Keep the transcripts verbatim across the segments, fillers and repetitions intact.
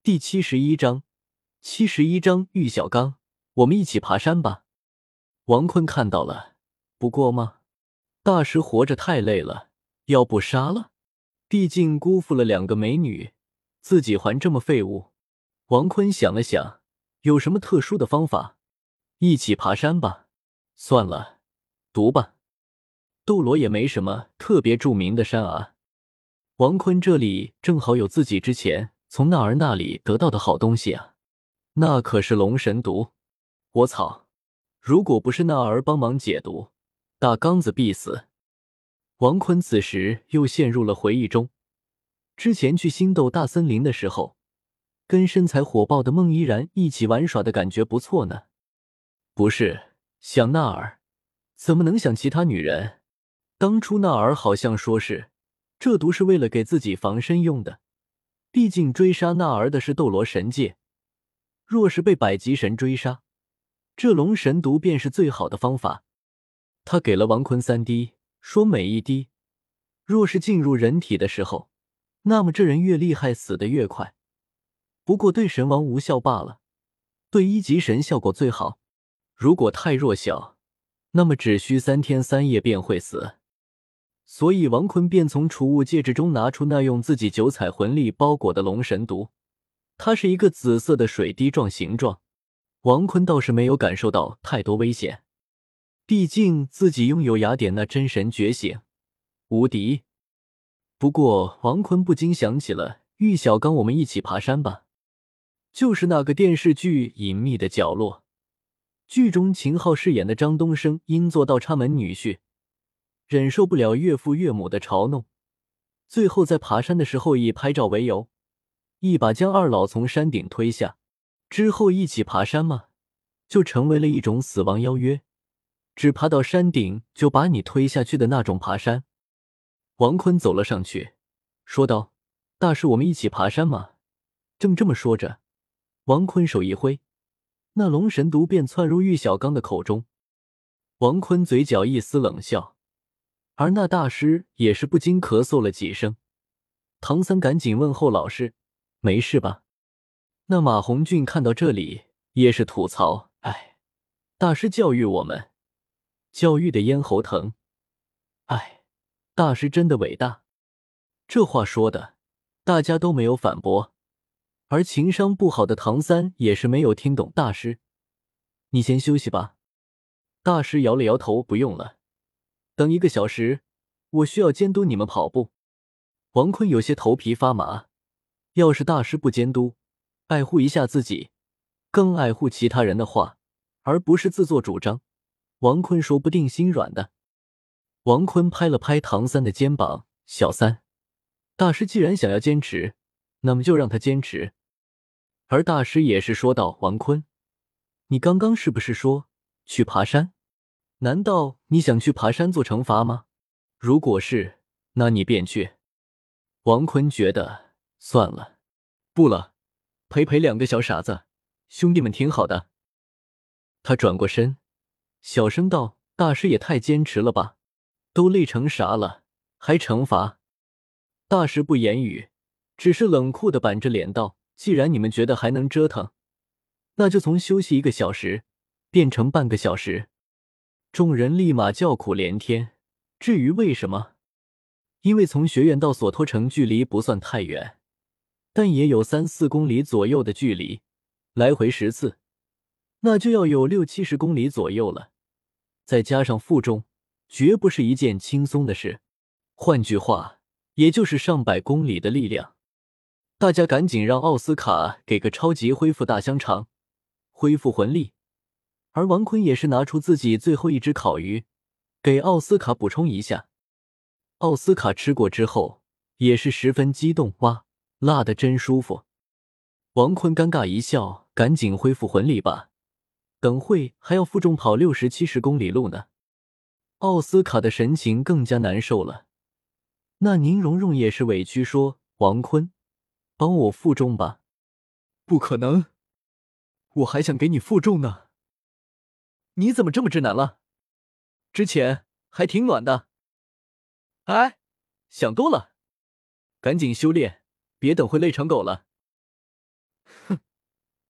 第七十一章，七十一章玉小刚，我们一起爬山吧。王坤看到了，不过吗？大师活着太累了，要不杀了？毕竟辜负了两个美女，自己还这么废物。王坤想了想，有什么特殊的方法？一起爬山吧。算了，读吧。斗罗也没什么特别著名的山啊。王坤这里正好有自己之前从纳儿那里得到的好东西啊，那可是龙神毒。我操！如果不是纳儿帮忙解毒，大刚子必死。王坤此时又陷入了回忆中，之前去星斗大森林的时候，跟身材火爆的孟依然一起玩耍的感觉不错呢。不是，想纳儿，怎么能想其他女人？当初纳儿好像说是，这毒是为了给自己防身用的。毕竟追杀纳儿的是斗罗神界，若是被百级神追杀，这龙神毒便是最好的方法。他给了王坤三滴，说每一滴，若是进入人体的时候，那么这人越厉害死得越快。不过对神王无效罢了，对一级神效果最好。如果太弱小，那么只需三天三夜便会死。所以王坤便从储物戒指中拿出那用自己九彩魂力包裹的龙神毒，它是一个紫色的水滴状形状。王坤倒是没有感受到太多危险，毕竟自己拥有雅典娜真神觉醒，无敌。不过王坤不禁想起了玉小刚，我们一起爬山吧。就是那个电视剧《隐秘的角落》，剧中秦昊饰演的张东升因做倒插门女婿，忍受不了岳父岳母的嘲弄，最后在爬山的时候以拍照为由，一把将二老从山顶推下。之后一起爬山嘛，就成为了一种死亡邀约，只爬到山顶就把你推下去的那种爬山。王坤走了上去，说道：大师，我们一起爬山嘛。正这么说着，王坤手一挥，那龙神毒便窜入玉小刚的口中。王坤嘴角一丝冷笑，而那大师也是不禁咳嗽了几声。唐三赶紧问候老师：没事吧？那马红俊看到这里也是吐槽：哎，大师教育我们，教育的咽喉疼。哎，大师真的伟大。这话说的，大家都没有反驳，而情商不好的唐三也是没有听懂。大师，你先休息吧。大师摇了摇头，不用了，等一个小时，我需要监督你们跑步。王坤有些头皮发麻，要是大师不监督，爱护一下自己，更爱护其他人的话，而不是自作主张，王坤说不定心软的。王坤拍了拍唐三的肩膀：小三，大师既然想要坚持，那么就让他坚持。而大师也是说道：王坤，你刚刚是不是说去爬山？难道你想去爬山做惩罚吗？如果是，那你便去。王坤觉得算了，不了，陪陪两个小傻子，兄弟们挺好的。他转过身，小声道：大师也太坚持了吧，都累成啥了，还惩罚？大师不言语，只是冷酷地板着脸道：既然你们觉得还能折腾，那就从休息一个小时变成半个小时。众人立马叫苦连天。至于为什么，因为从学院到索托城距离不算太远，但也有三四公里左右的距离，来回十次，那就要有六七十公里左右了。再加上负重，绝不是一件轻松的事。换句话，也就是上百公里的力量。大家赶紧让奥斯卡给个超级恢复大香肠，恢复魂力。而王坤也是拿出自己最后一只烤鱼，给奥斯卡补充一下。奥斯卡吃过之后也是十分激动，哇，辣得真舒服。王坤尴尬一笑，赶紧恢复魂力吧，等会还要负重跑六十七十公里路呢。奥斯卡的神情更加难受了，那宁荣荣也是委屈说：王坤，帮我负重吧。不可能，我还想给你负重呢。你怎么这么直男了？之前还挺暖的。哎，想多了，赶紧修炼，别等会累成狗了。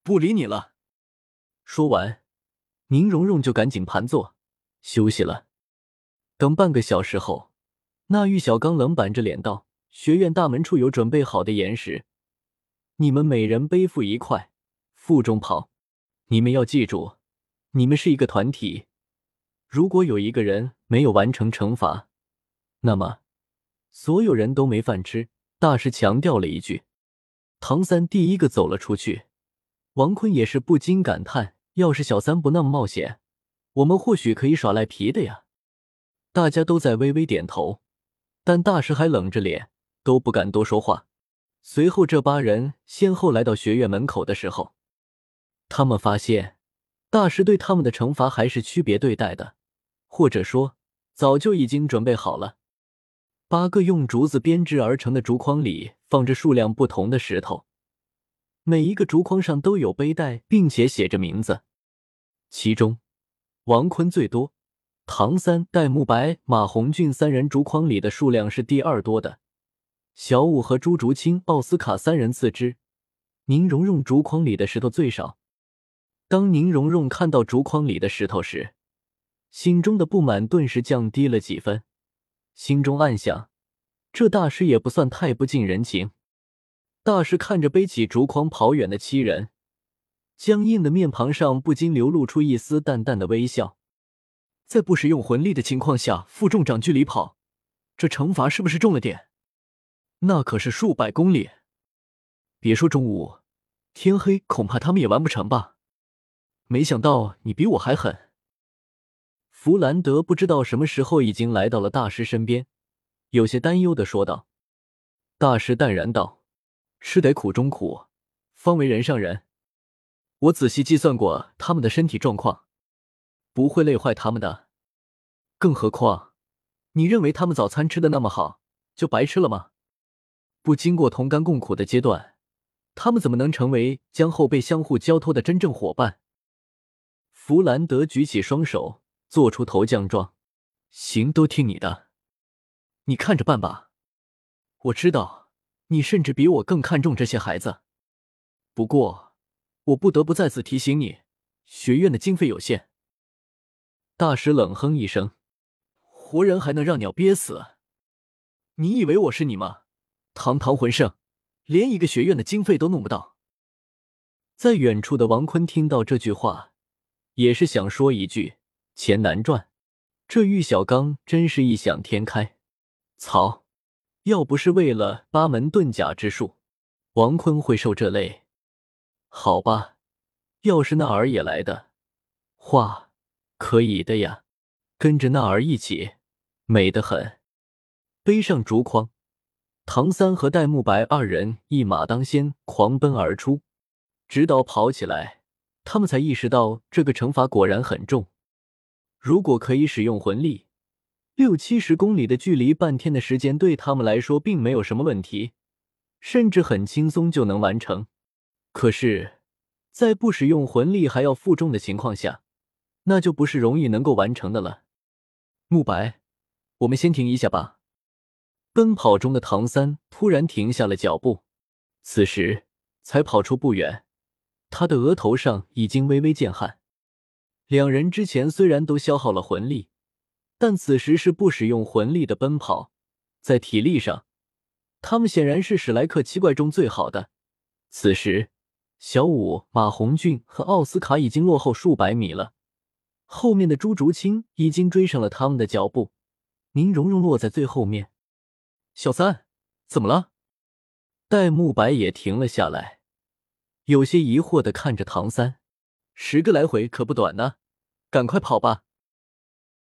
不理你了。 说完，宁荣荣就赶紧盘坐休息了。等半个小时后，那玉小刚冷板着脸道：“学院大门处有准备好的岩石，你们每人背负一块，负重跑。你们要记住，你们是一个团体，如果有一个人没有完成惩罚，那么所有人都没饭吃。”大师强调了一句。唐三第一个走了出去，王坤也是不禁感叹，要是小三不那么冒险，我们或许可以耍赖皮的呀。大家都在微微点头，但大师还冷着脸，都不敢多说话。随后这八人先后来到学院门口的时候，他们发现大师对他们的惩罚还是区别对待的，或者说早就已经准备好了。八个用竹子编织而成的竹筐里放着数量不同的石头，每一个竹筐上都有背带，并且写着名字。其中王坤最多，唐三、戴沐白、马红俊三人竹筐里的数量是第二多的，小五和朱竹清、奥斯卡三人次之，宁荣荣竹筐里的石头最少。当宁荣荣看到竹筐里的石头时，心中的不满顿时降低了几分，心中暗想，这大师也不算太不近人情。大师看着背起竹筐跑远的七人，僵硬的面庞上不禁流露出一丝淡淡的微笑。在不使用魂力的情况下负重长距离跑，这惩罚是不是重了点？那可是数百公里，别说中午，天黑恐怕他们也完不成吧。没想到你比我还狠。弗兰德不知道什么时候已经来到了大师身边，有些担忧地说道。大师淡然道：吃得苦中苦，方为人上人。我仔细计算过他们的身体状况，不会累坏他们的。更何况，你认为他们早餐吃的那么好，就白吃了吗？不经过同甘共苦的阶段，他们怎么能成为将后辈相互交托的真正伙伴？弗兰德举起双手，做出头降状。行，都听你的，你看着办吧。我知道你甚至比我更看重这些孩子，不过我不得不再次提醒你，学院的经费有限。大师冷哼一声，活人还能让鸟憋死？你以为我是你吗？堂堂魂圣，连一个学院的经费都弄不到。在远处的王坤听到这句话，也是想说一句，钱难赚。这玉小刚真是异想天开。操！要不是为了八门遁甲之术，王坤会受这累？好吧，要是那儿也来的话，可以的呀，跟着那儿一起，美得很。背上竹筐，唐三和戴沐白二人一马当先狂奔而出，直到跑起来，他们才意识到这个惩罚果然很重。如果可以使用魂力，六七十公里的距离，半天的时间对他们来说并没有什么问题，甚至很轻松就能完成。可是在不使用魂力还要负重的情况下，那就不是容易能够完成的了。沐白，我们先停一下吧。奔跑中的唐三突然停下了脚步，此时才跑出不远，他的额头上已经微微见汗。两人之前虽然都消耗了魂力，但此时是不使用魂力的奔跑，在体力上，他们显然是史莱克七怪中最好的。此时，小五、马红俊和奥斯卡已经落后数百米了，后面的朱竹清已经追上了他们的脚步，宁荣荣落在最后面。小三，怎么了？戴沐白也停了下来，有些疑惑地看着唐三。十个来回可不短呢，赶快跑吧。